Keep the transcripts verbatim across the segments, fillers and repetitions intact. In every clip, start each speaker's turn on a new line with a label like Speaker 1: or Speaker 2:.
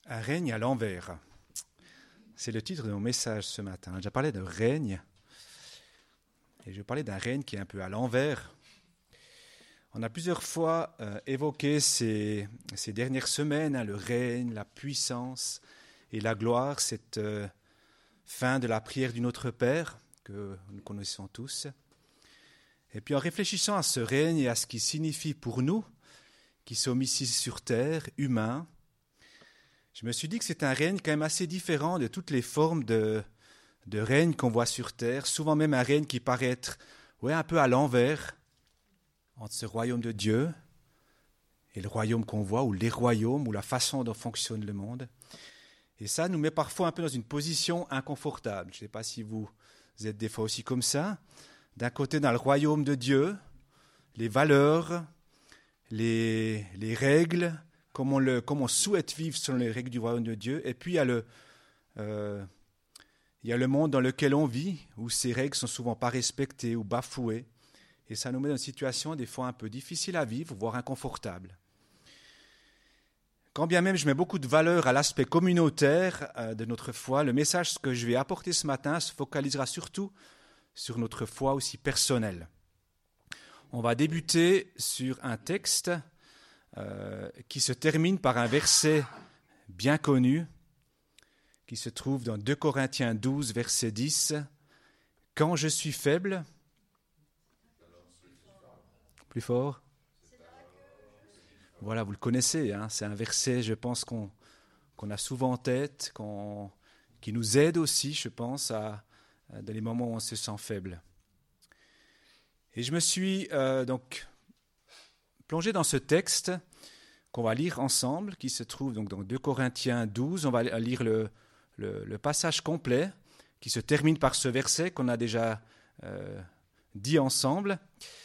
Speaker 1: Un règne à l'envers. C'est le titre de mon message ce matin. J'ai déjà parlé de règne. Et je vais parler d'un règne qui est un peu à l'envers. On a plusieurs fois euh, évoqué ces, ces dernières semaines hein, le règne, la puissance et la gloire, cette euh, fin de la prière du Notre Père que nous connaissons tous. Et puis en réfléchissant à ce règne et à ce qu'il signifie pour nous, qui sommes ici sur terre, humains, je me suis dit que c'est un règne quand même assez différent de toutes les formes de, de règne qu'on voit sur terre, souvent même un règne qui paraît être ouais, un peu à l'envers entre ce royaume de Dieu et le royaume qu'on voit, ou les royaumes, ou la façon dont fonctionne le monde. Et ça nous met parfois un peu dans une position inconfortable. Je ne sais pas si vous êtes des fois aussi comme ça. D'un côté, dans le royaume de Dieu, les valeurs, les, les règles, comme on, le, comme on souhaite vivre selon les règles du royaume de Dieu. Et puis, il y a le, euh, il y a le monde dans lequel on vit, où ces règles sont souvent pas respectées ou bafouées. Et ça nous met dans une situation des fois un peu difficile à vivre, voire inconfortable. Quand bien même je mets beaucoup de valeur à l'aspect communautaire euh, de notre foi, le message que je vais apporter ce matin se focalisera surtout sur notre foi aussi personnelle. On va débuter sur un texte euh, qui se termine par un verset bien connu, qui se trouve dans deux Corinthiens douze, verset dix. « Quand je suis faible... » Plus fort. Voilà, vous le connaissez, hein, c'est un verset, je pense, qu'on, qu'on a souvent en tête, qu'on, qui nous aide aussi, je pense, à, à, dans les moments où on se sent faible. Et je me suis euh, donc plongé dans ce texte qu'on va lire ensemble, qui se trouve donc dans deux Corinthiens douze. On va lire le, le, le passage complet, qui se termine par ce verset qu'on a déjà euh, dit ensemble.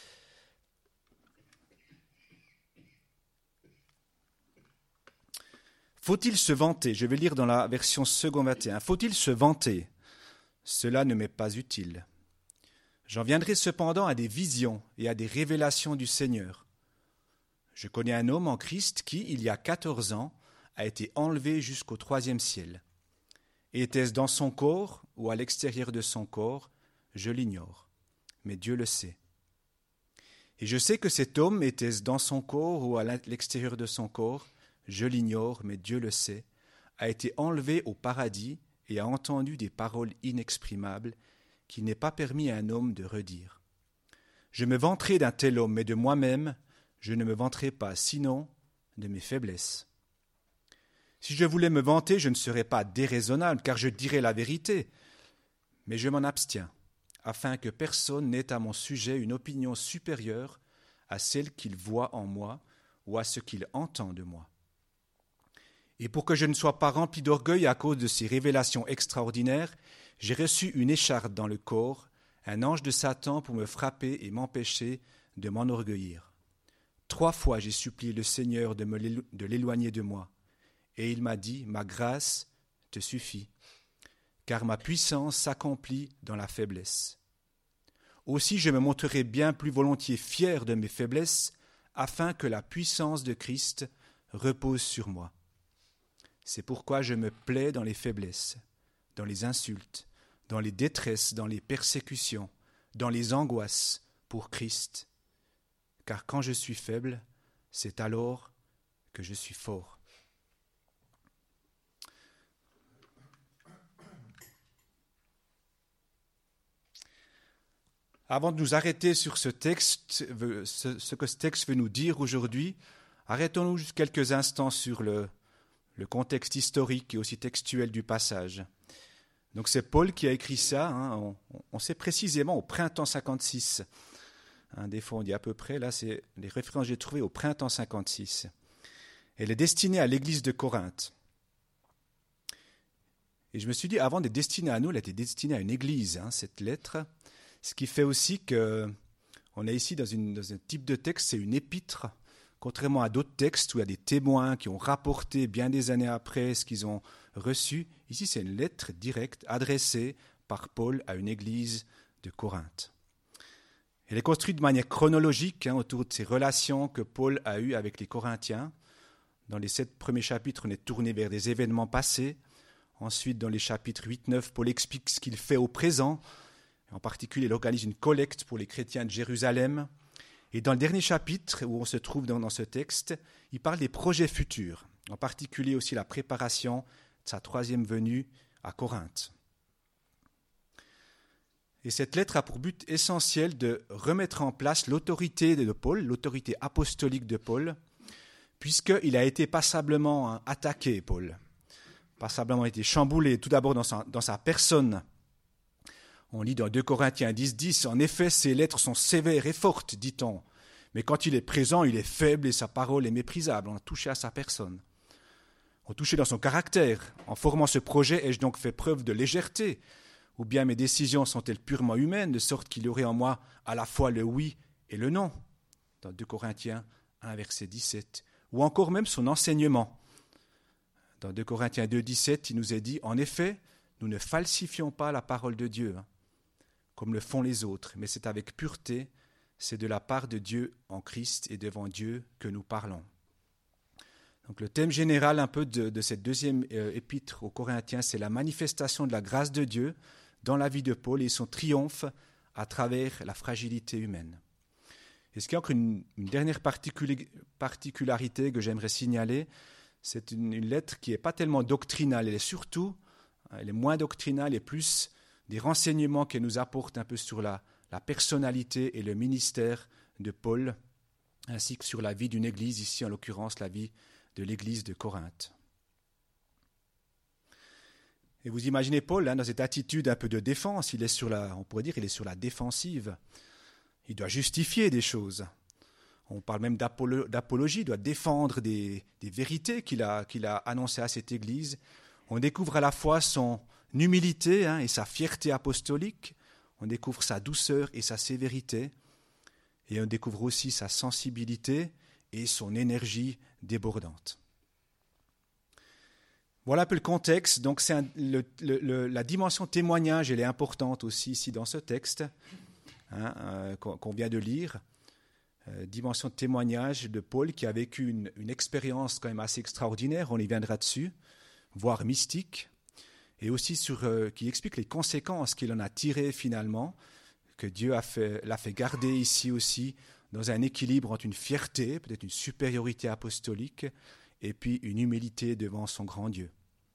Speaker 1: Faut-il se vanter ? Je vais lire dans la version second vingt et un. Faut-il se vanter ? Cela ne m'est pas utile. J'en viendrai cependant à des visions et à des révélations du Seigneur. Je connais un homme en Christ qui, il y a quatorze ans, a été enlevé jusqu'au troisième ciel. Était-ce dans son corps ou à l'extérieur de son corps ? Je l'ignore, mais Dieu le sait. Et je sais que cet homme, était-ce dans son corps ou à l'extérieur de son corps ? Je l'ignore, mais Dieu le sait, a été enlevé au paradis et a entendu des paroles inexprimables qu'il n'est pas permis à un homme de redire. Je me vanterai d'un tel homme, mais de moi-même, je ne me vanterai pas, sinon de mes faiblesses. Si je voulais me vanter, je ne serais pas déraisonnable, car je dirais la vérité, mais je m'en abstiens, afin que personne n'ait à mon sujet une opinion supérieure à celle qu'il voit en moi ou à ce qu'il entend de moi. Et pour que je ne sois pas rempli d'orgueil à cause de ces révélations extraordinaires, j'ai reçu une écharpe dans le corps, un ange de Satan pour me frapper et m'empêcher de m'enorgueillir. Trois fois j'ai supplié le Seigneur de, me l'élo- de l'éloigner de moi, et il m'a dit, ma grâce te suffit, car ma puissance s'accomplit dans la faiblesse. Aussi je me montrerai bien plus volontiers fier de mes faiblesses, afin que la puissance de Christ repose sur moi. C'est pourquoi je me plais dans les faiblesses, dans les insultes, dans les détresses, dans les persécutions, dans les angoisses pour Christ. Car quand je suis faible, c'est alors que je suis fort. Avant de nous arrêter sur ce texte, ce que ce texte veut nous dire aujourd'hui, arrêtons-nous juste quelques instants sur le le contexte historique et aussi textuel du passage. Donc c'est Paul qui a écrit ça, hein, on, on sait précisément au printemps cinquante-six. Hein, des fois on dit à peu près, là c'est les références que j'ai trouvées au printemps cinquante-six. Elle est destinée à l'église de Corinthe. Et je me suis dit, avant d'être destinée à nous, elle était destinée à une église, hein, cette lettre. Ce qui fait aussi qu'on est ici dans, une, dans un type de texte, c'est une épître. Contrairement à d'autres textes où il y a des témoins qui ont rapporté bien des années après ce qu'ils ont reçu, ici c'est une lettre directe adressée par Paul à une église de Corinthe. Elle est construite de manière chronologique hein, autour de ces relations que Paul a eues avec les Corinthiens, Dans les sept premiers chapitres, on est tourné vers des événements passés. Ensuite, dans les chapitres huit neuf, Paul explique ce qu'il fait au présent. En particulier, il organise une collecte pour les chrétiens de Jérusalem. Et dans le dernier chapitre, où on se trouve dans, dans ce texte, il parle des projets futurs, en particulier aussi la préparation de sa troisième venue à Corinthe. Et cette lettre a pour but essentiel de remettre en place l'autorité de Paul, l'autorité apostolique de Paul, puisqu'il a été passablement attaqué, Paul, passablement été chamboulé, tout d'abord dans sa, dans sa personne. On lit dans deux Corinthiens dix, dix, en effet, ses lettres sont sévères et fortes, dit-on, mais quand il est présent, il est faible et sa parole est méprisable. On a touché à sa personne. On a touché dans son caractère. En formant ce projet, ai-je donc fait preuve de légèreté ? Ou bien mes décisions sont-elles purement humaines, de sorte qu'il y aurait en moi à la fois le oui et le non ? Dans deux Corinthiens un, verset dix-sept. Ou encore même son enseignement. Dans deux Corinthiens deux, dix-sept, il nous est dit, en effet, nous ne falsifions pas la parole de Dieu, hein, comme le font les autres, mais c'est avec pureté, c'est de la part de Dieu en Christ et devant Dieu que nous parlons. Donc le thème général un peu de, de cette deuxième euh, épître aux Corinthiens, c'est la manifestation de la grâce de Dieu dans la vie de Paul et son triomphe à travers la fragilité humaine. Et ce qui est encore une, une dernière particuli- particularité que j'aimerais signaler, c'est une, une lettre qui n'est pas tellement doctrinale, elle est surtout, elle est moins doctrinale et plus des renseignements qu'elle nous apporte un peu sur la, la personnalité et le ministère de Paul, ainsi que sur la vie d'une église, ici en l'occurrence la vie de l'église de Corinthe. Et vous imaginez Paul hein, dans cette attitude un peu de défense, il est sur la, on pourrait dire il est sur la défensive. Il doit justifier des choses. On parle même d'apolo- d'apologie, il doit défendre des, des vérités qu'il a, qu'il a annoncées à cette église. On découvre à la fois son humilité hein, et sa fierté apostolique, on découvre sa douceur et sa sévérité, et on découvre aussi sa sensibilité et son énergie débordante. Voilà un peu le contexte. Donc c'est un, le, le, le, la dimension témoignage, elle est importante aussi ici dans ce texte hein, euh, qu'on, qu'on vient de lire. Euh, dimension de témoignage de Paul qui a vécu une, une expérience quand même assez extraordinaire, on y viendra dessus, voire mystique, et aussi sur, euh, qui explique les conséquences qu'il en a tirées finalement, que Dieu a fait, l'a fait garder ici aussi dans un équilibre entre une fierté, peut-être une supériorité apostolique, et puis une humilité devant son grand Dieu.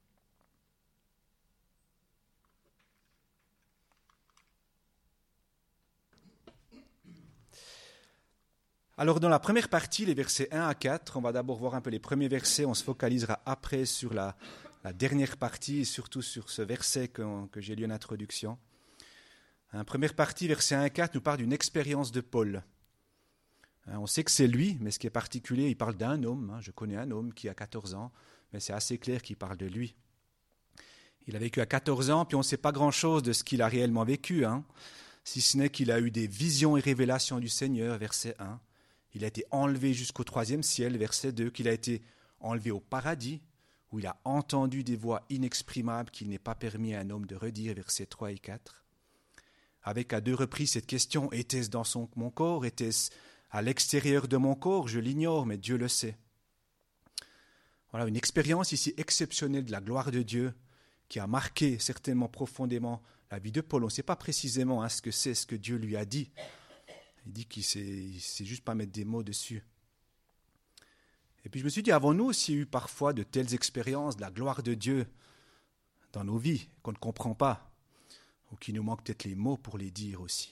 Speaker 1: Alors dans la première partie, les versets un à quatre, on va d'abord voir un peu les premiers versets, on se focalisera après sur la, la dernière partie et surtout sur ce verset que, que j'ai lu en introduction. La première partie, versets un à quatre, nous parle d'une expérience de Paul. On sait que c'est lui, mais ce qui est particulier, il parle d'un homme. Je connais un homme qui a quatorze ans, mais c'est assez clair qu'il parle de lui. Il a vécu à quatorze ans, puis on ne sait pas grand-chose de ce qu'il a réellement vécu, hein, si ce n'est qu'il a eu des visions et révélations du Seigneur, verset un. Il a été enlevé jusqu'au troisième ciel, verset deux, qu'il a été enlevé au paradis, où il a entendu des voix inexprimables qu'il n'est pas permis à un homme de redire, versets trois et quatre. Avec à deux reprises cette question, était-ce dans son, mon corps, était-ce à l'extérieur de mon corps, je l'ignore, mais Dieu le sait. Voilà une expérience ici exceptionnelle de la gloire de Dieu qui a marqué certainement profondément la vie de Paul. On ne sait pas précisément hein, ce que c'est, ce que Dieu lui a dit. Il dit qu'il ne sait juste pas mettre des mots dessus. Et puis je me suis dit, avons-nous aussi eu parfois de telles expériences de la gloire de Dieu dans nos vies qu'on ne comprend pas, ou qui nous manquent peut-être les mots pour les dire aussi.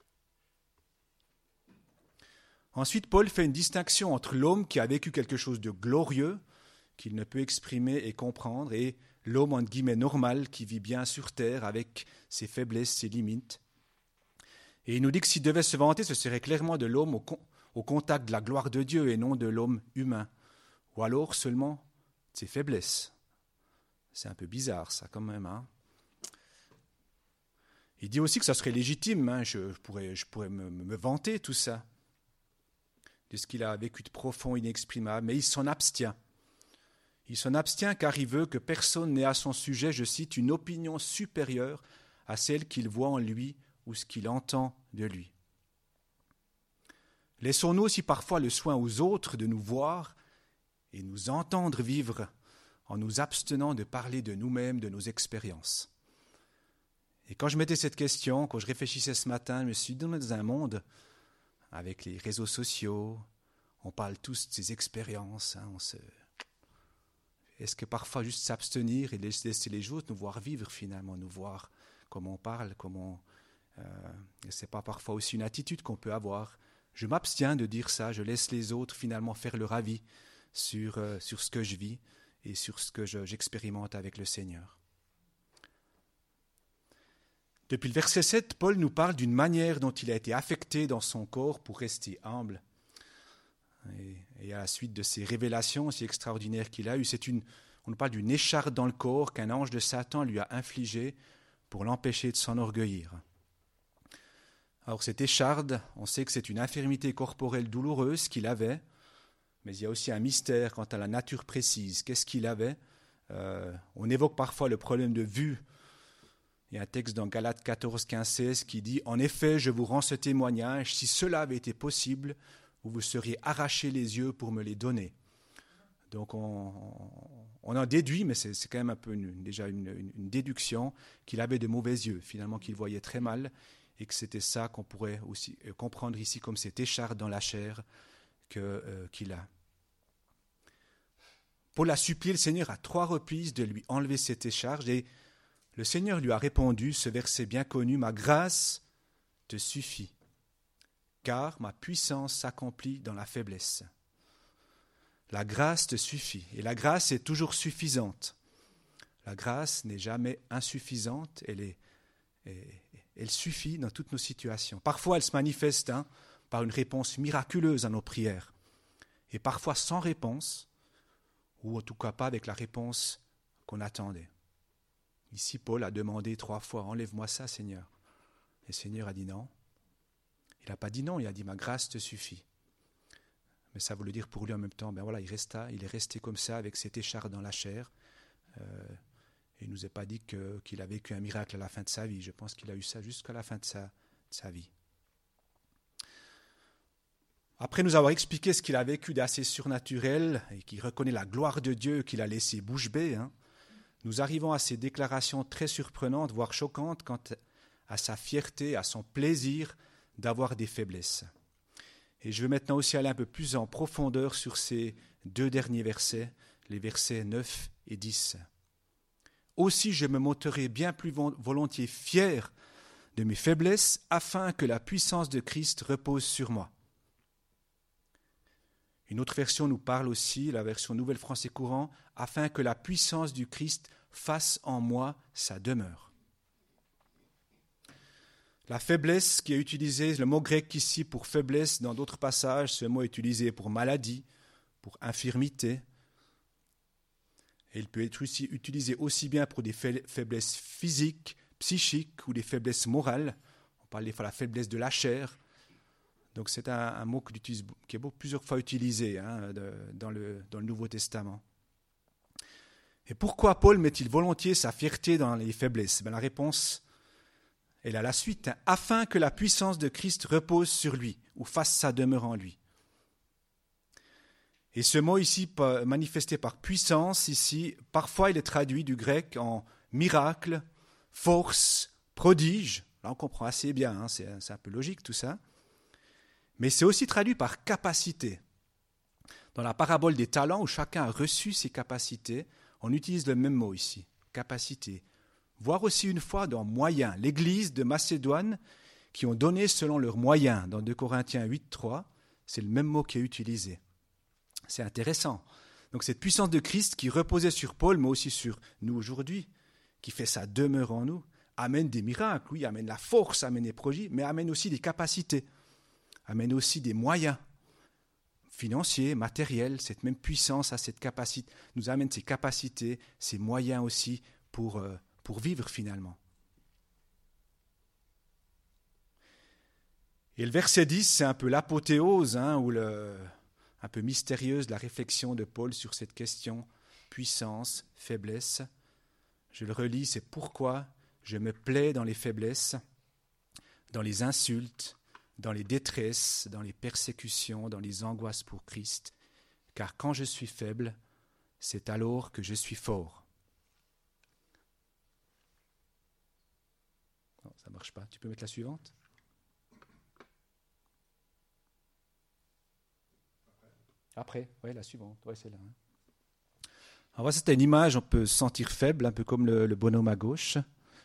Speaker 1: Ensuite, Paul fait une distinction entre l'homme qui a vécu quelque chose de glorieux, qu'il ne peut exprimer et comprendre, et l'homme, entre guillemets, normal, qui vit bien sur terre avec ses faiblesses, ses limites. Et il nous dit que s'il devait se vanter, ce serait clairement de l'homme au, con- au contact de la gloire de Dieu et non de l'homme humain, ou alors seulement de ses faiblesses. C'est un peu bizarre, ça, quand même. Hein. Il dit aussi que ça serait légitime, hein, je pourrais, je pourrais me, me vanter, tout ça, de ce qu'il a vécu de profond, inexprimable, mais il s'en abstient. Il s'en abstient car il veut que personne n'ait à son sujet, je cite, une opinion supérieure à celle qu'il voit en lui ou ce qu'il entend de lui. Laissons-nous aussi parfois le soin aux autres de nous voir et nous entendre vivre en nous abstenant de parler de nous-mêmes, de nos expériences. Et quand je mettais cette question, quand je réfléchissais ce matin, je me suis dit, dans un monde avec les réseaux sociaux, on parle tous de ces expériences. Hein, on se... Est-ce que parfois juste s'abstenir et laisser les autres nous voir vivre finalement, nous voir comment on parle, comment... Euh, ce n'est pas parfois aussi une attitude qu'on peut avoir. Je m'abstiens de dire ça, je laisse les autres finalement faire leur avis sur, euh, sur ce que je vis et sur ce que je, j'expérimente avec le Seigneur. Depuis le verset sept, Paul nous parle d'une manière dont il a été affecté dans son corps pour rester humble. Et, et à la suite de ces révélations si extraordinaires qu'il a eues, c'est une, on nous parle d'une écharpe dans le corps qu'un ange de Satan lui a infligée pour l'empêcher de s'enorgueillir. Alors cette écharpe, on sait que c'est une infirmité corporelle douloureuse qu'il avait, mais il y a aussi un mystère quant à la nature précise. Qu'est-ce qu'il avait ? euh, On évoque parfois le problème de vue. Il y a un texte dans Galates quatorze, quinze, seize qui dit « En effet, je vous rends ce témoignage, si cela avait été possible, vous vous seriez arraché les yeux pour me les donner. » Donc on, on en déduit, mais c'est, c'est quand même un peu une, déjà une, une, une déduction, qu'il avait de mauvais yeux, finalement qu'il voyait très mal, et que c'était ça qu'on pourrait aussi comprendre ici comme cette écharpe dans la chair que, euh, qu'il a. Paul a supplié le Seigneur à trois reprises de lui enlever cette écharpe, et le Seigneur lui a répondu, ce verset bien connu, « Ma grâce te suffit, car ma puissance s'accomplit dans la faiblesse. » La grâce te suffit, et la grâce est toujours suffisante. La grâce n'est jamais insuffisante, elle, est, elle suffit dans toutes nos situations. Parfois, elle se manifeste hein, par une réponse miraculeuse à nos prières, et parfois sans réponse, ou en tout cas pas avec la réponse qu'on attendait. Ici, Paul a demandé trois fois, « Enlève-moi ça, Seigneur. » Et le Seigneur a dit non. Il n'a pas dit non, il a dit « Ma grâce te suffit. » Mais ça voulait dire pour lui en même temps, ben voilà, il resta, il est resté comme ça avec cette écharpe dans la chair. Euh, et il ne nous a pas dit que, qu'il a vécu un miracle à la fin de sa vie. Je pense qu'il a eu ça jusqu'à la fin de sa, de sa vie. Après nous avoir expliqué ce qu'il a vécu d'assez surnaturel et qu'il reconnaît la gloire de Dieu qu'il a laissé bouche bée, hein, nous arrivons à ces déclarations très surprenantes, voire choquantes, quant à sa fierté, à son plaisir d'avoir des faiblesses. Et je veux maintenant aussi aller un peu plus en profondeur sur ces deux derniers versets, les versets neuf et dix. « Aussi je me montrerai bien plus volontiers fier de mes faiblesses, afin que la puissance de Christ repose sur moi. » Une autre version nous parle aussi, la version Nouvelle Français Courant, « afin que la puissance du Christ fasse en moi sa demeure. » La faiblesse qui est utilisée, le mot grec ici pour faiblesse, dans d'autres passages, ce mot est utilisé pour maladie, pour infirmité. Et il peut être aussi utilisé aussi bien pour des faiblesses physiques, psychiques ou des faiblesses morales. On parle des fois de la faiblesse de la chair. Donc c'est un, un mot qui est plusieurs fois utilisé hein, de, dans, le, dans le Nouveau Testament. Et pourquoi Paul met-il volontiers sa fierté dans les faiblesses ? Ben, la réponse, elle a la suite. Hein, afin que la puissance de Christ repose sur lui, ou fasse sa demeure en lui. Et ce mot ici, manifesté par puissance, ici, parfois il est traduit du grec en miracle, force, prodige. Là on comprend assez bien, hein, c'est, c'est un peu logique tout ça. Mais c'est aussi traduit par capacité. Dans la parabole des talents, où chacun a reçu ses capacités, on utilise le même mot ici, capacité. Voire aussi une fois dans moyens, l'église de Macédoine, qui ont donné selon leurs moyens, dans deux Corinthiens huit, trois, c'est le même mot qui est utilisé. C'est intéressant. Donc cette puissance de Christ qui reposait sur Paul, mais aussi sur nous aujourd'hui, qui fait sa demeure en nous, amène des miracles, oui, amène la force, amène des projets, mais amène aussi des capacités, amène aussi des moyens financiers, matériels. Cette même puissance a cette capacité, nous amène ces capacités, ces moyens aussi pour, euh, pour vivre finalement. Et le verset dix, c'est un peu l'apothéose, hein, ou le... un peu mystérieuse, la réflexion de Paul sur cette question, puissance, faiblesse. Je le relis, c'est pourquoi je me plais dans les faiblesses, dans les insultes, dans les détresses, dans les persécutions, dans les angoisses pour Christ, car quand je suis faible, c'est alors que je suis fort. Non, ça ne marche pas. Tu peux mettre la suivante ? Après, oui, la suivante. Oui, c'est là. Hein. Alors, voilà, c'était une image, on peut se sentir faible, un peu comme le, le bonhomme à gauche,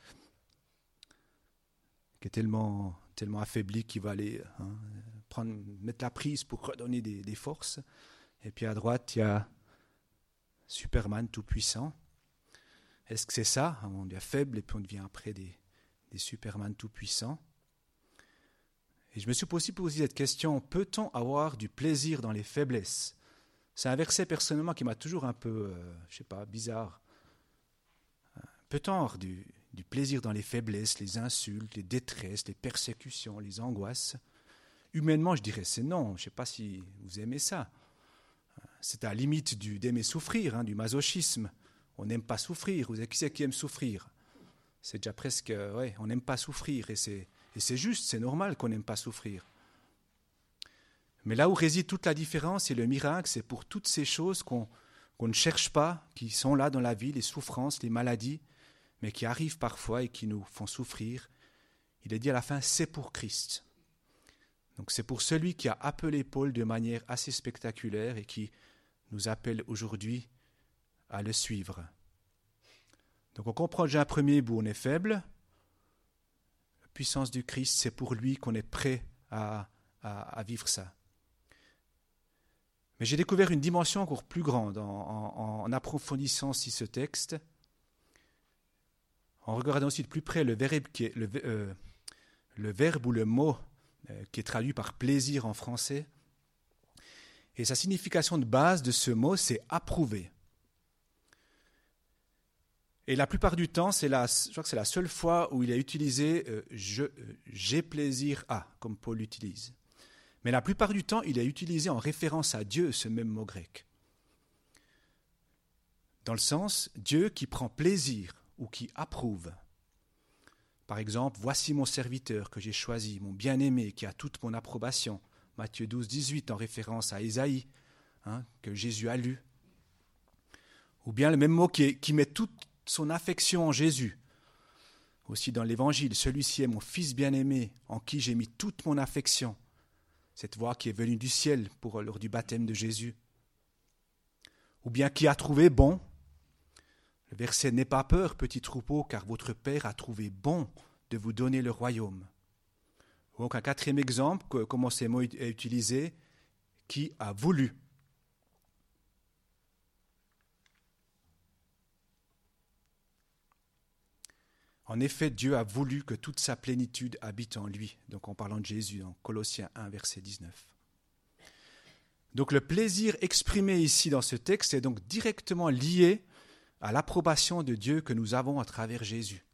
Speaker 1: qui est tellement, tellement affaibli qu'il va aller hein, prendre, mettre la prise pour redonner des, des forces. Et puis à droite, il y a Superman tout-puissant. Est-ce que c'est ça ? On devient faible et puis on devient après des, des Superman tout-puissants. Et je me suis aussi posé cette question, peut-on avoir du plaisir dans les faiblesses ? C'est un verset personnellement qui m'a toujours un peu, euh, je sais pas, bizarre. Peut-on avoir du, du plaisir dans les faiblesses, les insultes, les détresses, les persécutions, les angoisses ? Humainement, je dirais c'est non. Je ne sais pas si vous aimez ça. C'est à la limite du, d'aimer souffrir, hein, du masochisme. On n'aime pas souffrir. Vous savez qui c'est qui aime souffrir ? C'est déjà presque, ouais, on n'aime pas souffrir et c'est, et c'est juste, c'est normal qu'on n'aime pas souffrir. Mais là où réside toute la différence et le miracle, c'est pour toutes ces choses qu'on, qu'on ne cherche pas, qui sont là dans la vie, les souffrances, les maladies, mais qui arrivent parfois et qui nous font souffrir. Il est dit à la fin, c'est pour Christ. Donc c'est pour celui qui a appelé Paul de manière assez spectaculaire et qui nous appelle aujourd'hui à le suivre. Donc on comprend déjà un premier bout, on est faible. La puissance du Christ, c'est pour lui qu'on est prêt à, à, à vivre ça. Mais j'ai découvert une dimension encore plus grande en, en, en approfondissant aussi ce texte, en regardant aussi de plus près le verbe, qui est, le, euh, le verbe ou le mot euh, qui est traduit par plaisir en français. Et sa signification de base de ce mot, c'est approuver. Et la plupart du temps, c'est la, je crois que c'est la seule fois où il a utilisé euh, je, euh, j'ai plaisir à, comme Paul l'utilise. Mais la plupart du temps, il est utilisé en référence à Dieu, ce même mot grec. Dans le sens, Dieu qui prend plaisir ou qui approuve. Par exemple, voici mon serviteur que j'ai choisi, mon bien-aimé qui a toute mon approbation. Matthieu douze, dix-huit, en référence à Ésaïe, hein, que Jésus a lu. Ou bien le même mot qui, est, qui met toute son affection en Jésus. Aussi dans l'Évangile, celui-ci est mon fils bien-aimé, en qui j'ai mis toute mon affection. Cette voix qui est venue du ciel pour, lors du baptême de Jésus. Ou bien qui a trouvé bon. Le verset « N'aie pas peur, petit troupeau, car votre Père a trouvé bon de vous donner le royaume. » Donc un quatrième exemple, comment ces mots est utilisé, qui a voulu. En effet, Dieu a voulu que toute sa plénitude habite en lui. Donc en parlant de Jésus, dans Colossiens un, verset dix-neuf. Donc le plaisir exprimé ici dans ce texte est donc directement lié à l'approbation de Dieu que nous avons à travers Jésus.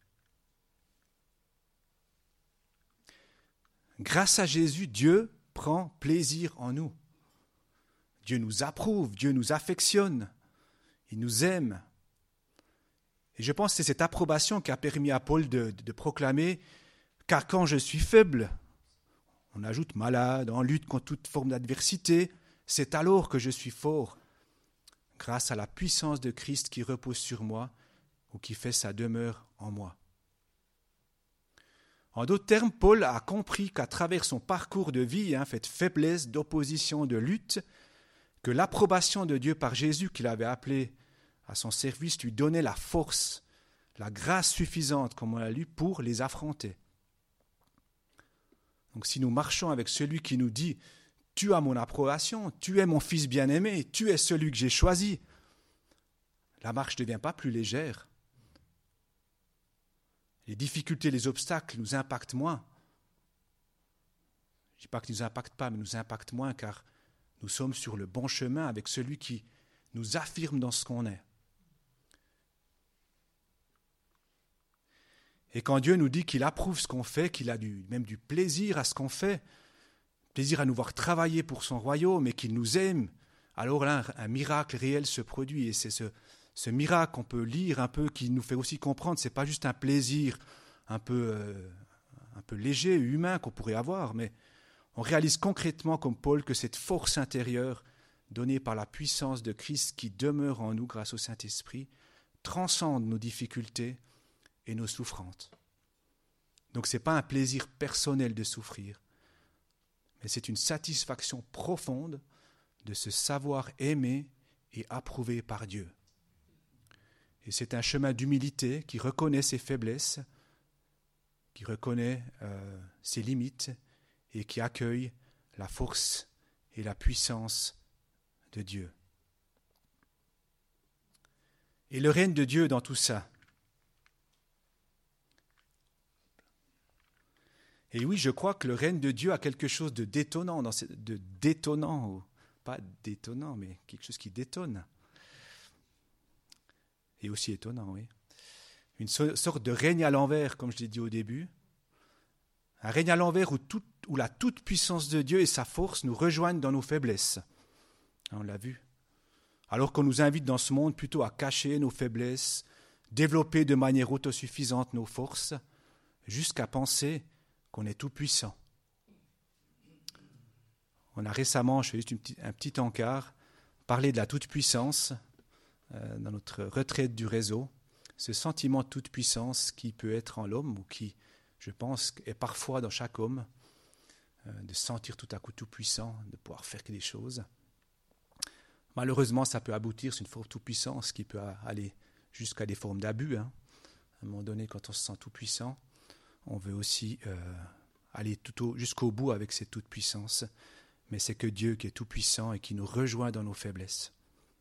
Speaker 1: Grâce à Jésus, Dieu prend plaisir en nous. Dieu nous approuve, Dieu nous affectionne, il nous aime. Et je pense que c'est cette approbation qui a permis à Paul de, de, de proclamer « Car quand je suis faible, on ajoute malade, en lutte contre toute forme d'adversité, c'est alors que je suis fort, grâce à la puissance de Christ qui repose sur moi ou qui fait sa demeure en moi. » En d'autres termes, Paul a compris qu'à travers son parcours de vie, hein, fait de faiblesse, d'opposition, de lutte, que l'approbation de Dieu par Jésus qu'il avait appelé à son service lui donnait la force, la grâce suffisante, comme on l'a lu, pour les affronter. Donc si nous marchons avec celui qui nous dit « Tu as mon approbation, tu es mon fils bien-aimé, tu es celui que j'ai choisi », la marche ne devient pas plus légère. Les difficultés, les obstacles nous impactent moins. Je ne dis pas qu'ils ne nous impactent pas, mais nous impactent moins car nous sommes sur le bon chemin avec celui qui nous affirme dans ce qu'on est. Et quand Dieu nous dit qu'il approuve ce qu'on fait, qu'il a du, même du plaisir à ce qu'on fait, plaisir à nous voir travailler pour son royaume et qu'il nous aime, alors là, un, un miracle réel se produit. Et c'est ce, ce miracle qu'on peut lire un peu, qui nous fait aussi comprendre, ce n'est pas juste un plaisir un peu, euh, un peu léger, humain qu'on pourrait avoir, mais on réalise concrètement, comme Paul, que cette force intérieure donné par la puissance de Christ qui demeure en nous grâce au Saint-Esprit, transcende nos difficultés et nos souffrances. Donc ce n'est pas un plaisir personnel de souffrir, mais c'est une satisfaction profonde de se savoir aimé et approuvé par Dieu. Et c'est un chemin d'humilité qui reconnaît ses faiblesses, qui reconnaît euh, ses limites et qui accueille la force et la puissance de Dieu. Et le règne de Dieu dans tout ça. Et oui, je crois que le règne de Dieu a quelque chose de détonnant, dans ce, de détonnant, ou pas détonnant, mais quelque chose qui détonne. Et aussi étonnant, oui. Une so- sorte de règne à l'envers, comme je l'ai dit au début. Un règne à l'envers où, tout, où la toute-puissance de Dieu et sa force nous rejoignent dans nos faiblesses. On l'a vu. Alors qu'on nous invite dans ce monde plutôt à cacher nos faiblesses, développer de manière autosuffisante nos forces, jusqu'à penser qu'on est tout-puissant. On a récemment, je fais juste une petite, un petit encart, parlé de la toute-puissance euh, dans notre retraite du réseau. Ce sentiment de toute-puissance qui peut être en l'homme ou qui, je pense, est parfois dans chaque homme, euh, de se sentir tout à coup tout-puissant, de pouvoir faire des choses. Malheureusement, ça peut aboutir sur une forme de toute-puissance qui peut aller jusqu'à des formes d'abus. Hein. À un moment donné, quand on se sent tout-puissant, on veut aussi euh, aller tout au, jusqu'au bout avec cette toute-puissance. Mais c'est que Dieu qui est tout-puissant et qui nous rejoint dans nos faiblesses.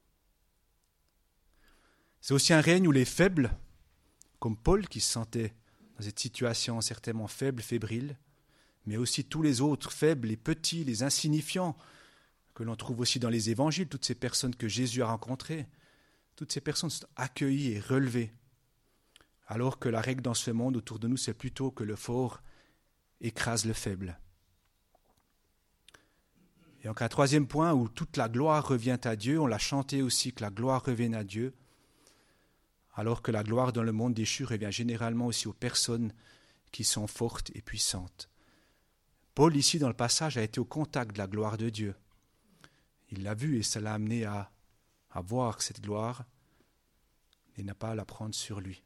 Speaker 1: C'est aussi un règne où les faibles, comme Paul qui se sentait dans cette situation certainement faible, fébrile, mais aussi tous les autres faibles, les petits, les insignifiants, que l'on trouve aussi dans les évangiles, toutes ces personnes que Jésus a rencontrées, toutes ces personnes sont accueillies et relevées, alors que la règle dans ce monde autour de nous, c'est plutôt que le fort écrase le faible. Et donc un troisième point où toute la gloire revient à Dieu, on l'a chanté aussi que la gloire revienne à Dieu, alors que la gloire dans le monde déchu revient généralement aussi aux personnes qui sont fortes et puissantes. Paul, ici dans le passage, a été au contact de la gloire de Dieu. Il l'a vu et ça l'a amené à, à voir cette gloire et n'a pas à la prendre sur lui.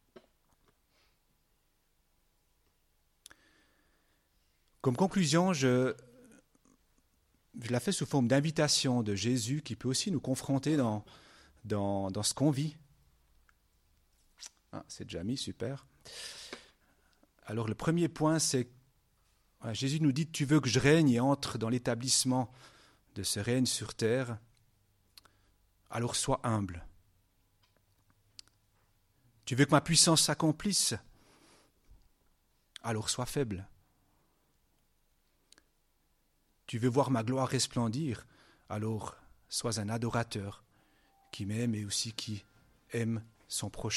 Speaker 1: Comme conclusion, je, je la fais sous forme d'invitation de Jésus qui peut aussi nous confronter dans, dans, dans ce qu'on vit. Ah, c'est déjà mis, super. Alors le premier point, c'est voilà, Jésus nous dit « Tu veux que je règne et entre dans l'établissement de ce règne sur terre, alors sois humble. Tu veux que ma puissance s'accomplisse, alors sois faible. Tu veux voir ma gloire resplendir, alors sois un adorateur qui m'aime et aussi qui aime son prochain. »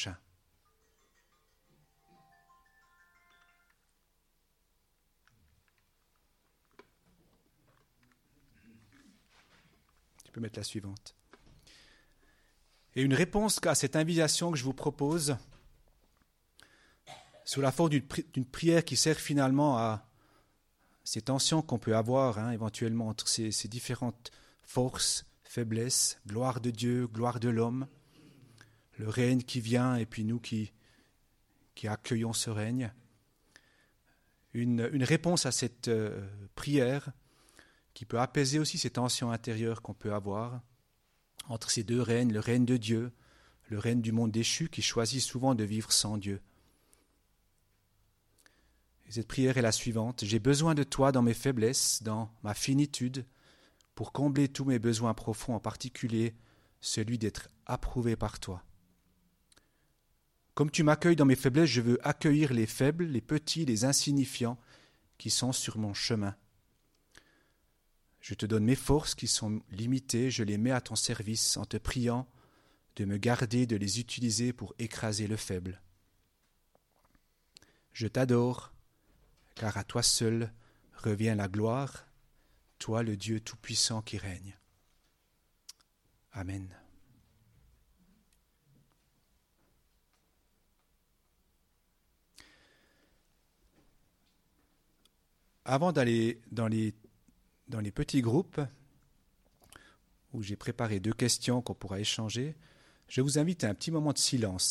Speaker 1: Tu peux mettre la suivante. Et une réponse à cette invitation que je vous propose, sous la forme d'une, pri- d'une prière qui sert finalement à ces tensions qu'on peut avoir hein, éventuellement entre ces, ces différentes forces, faiblesses, gloire de Dieu, gloire de l'homme, le règne qui vient et puis nous qui, qui accueillons ce règne. Une, une réponse à cette euh, prière qui peut apaiser aussi ces tensions intérieures qu'on peut avoir entre ces deux règnes, le règne de Dieu, le règne du monde déchu qui choisit souvent de vivre sans Dieu. Et cette prière est la suivante. J'ai besoin de toi dans mes faiblesses, dans ma finitude, pour combler tous mes besoins profonds, en particulier celui d'être approuvé par toi. Comme tu m'accueilles dans mes faiblesses, je veux accueillir les faibles, les petits, les insignifiants qui sont sur mon chemin. Je te donne mes forces qui sont limitées, je les mets à ton service en te priant de me garder, de les utiliser pour écraser le faible. Je t'adore, car à toi seul revient la gloire, toi le Dieu tout-puissant qui règne. Amen. Avant d'aller dans les, dans les petits groupes, où j'ai préparé deux questions qu'on pourra échanger, je vous invite à un petit moment de silence.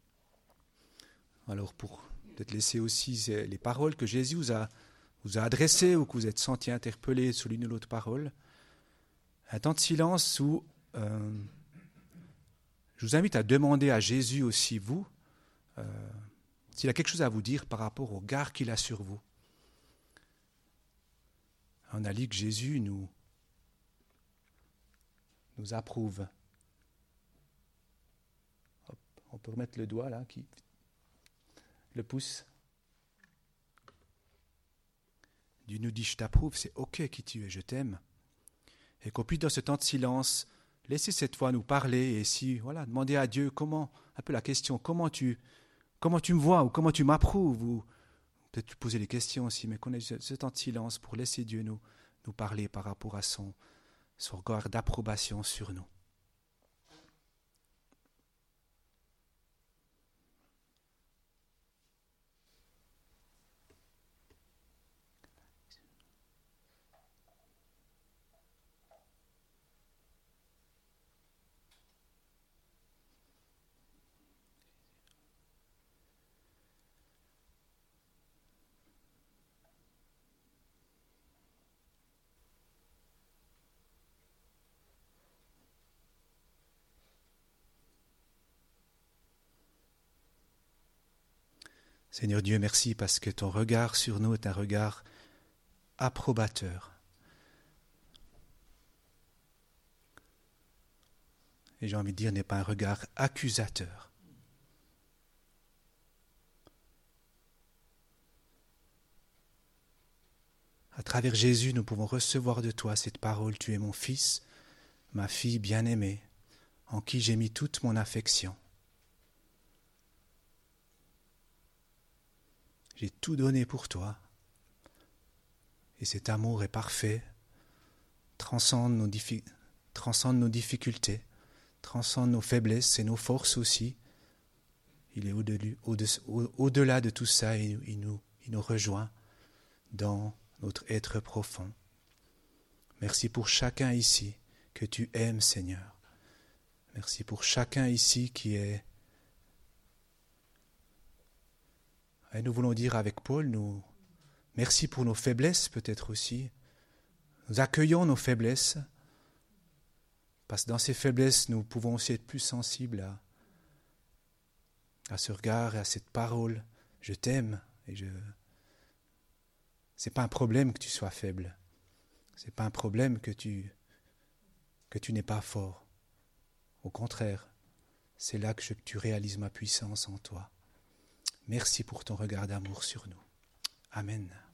Speaker 1: Alors pour peut-être laisser aussi les paroles que Jésus vous a, vous a adressées ou que vous êtes senti interpellé sur l'une ou l'autre parole, un temps de silence où euh, je vous invite à demander à Jésus aussi, vous, euh, s'il a quelque chose à vous dire par rapport au regard qu'il a sur vous. On a lu que Jésus nous, nous approuve. Hop, on peut remettre le doigt là, qui, le pouce. Dieu nous dit je t'approuve, c'est ok qui tu es, je t'aime. Et qu'on puisse dans ce temps de silence laisser cette voix nous parler et si voilà demander à Dieu comment, un peu la question, comment tu, comment tu me vois ou comment tu m'approuves ou peut-être tu poser des questions aussi, mais qu'on ait ce, ce temps de silence pour laisser Dieu nous, nous parler par rapport à son, son regard d'approbation sur nous. Seigneur Dieu, merci parce que ton regard sur nous est un regard approbateur. Et j'ai envie de dire, n'est pas un regard accusateur. À travers Jésus, nous pouvons recevoir de toi cette parole. Tu es mon fils, ma fille bien-aimée, en qui j'ai mis toute mon affection. J'ai tout donné pour toi. Et cet amour est parfait, transcende nos, diffi- transcende nos difficultés, transcende nos faiblesses et nos forces aussi. Il est au-delà, au-delà de tout ça et il nous, il nous rejoint dans notre être profond. Merci pour chacun ici que tu aimes, Seigneur. Merci pour chacun ici qui est... Et nous voulons dire avec Paul, nous, merci pour nos faiblesses peut-être aussi. Nous accueillons nos faiblesses, parce que dans ces faiblesses, nous pouvons aussi être plus sensibles à, à ce regard et à cette parole. Je t'aime et je... C'est pas un problème que tu sois faible. C'est pas un problème que tu, que tu n'es pas fort. Au contraire, c'est là que je, tu réalises ma puissance en toi. Merci pour ton regard d'amour sur nous. Amen.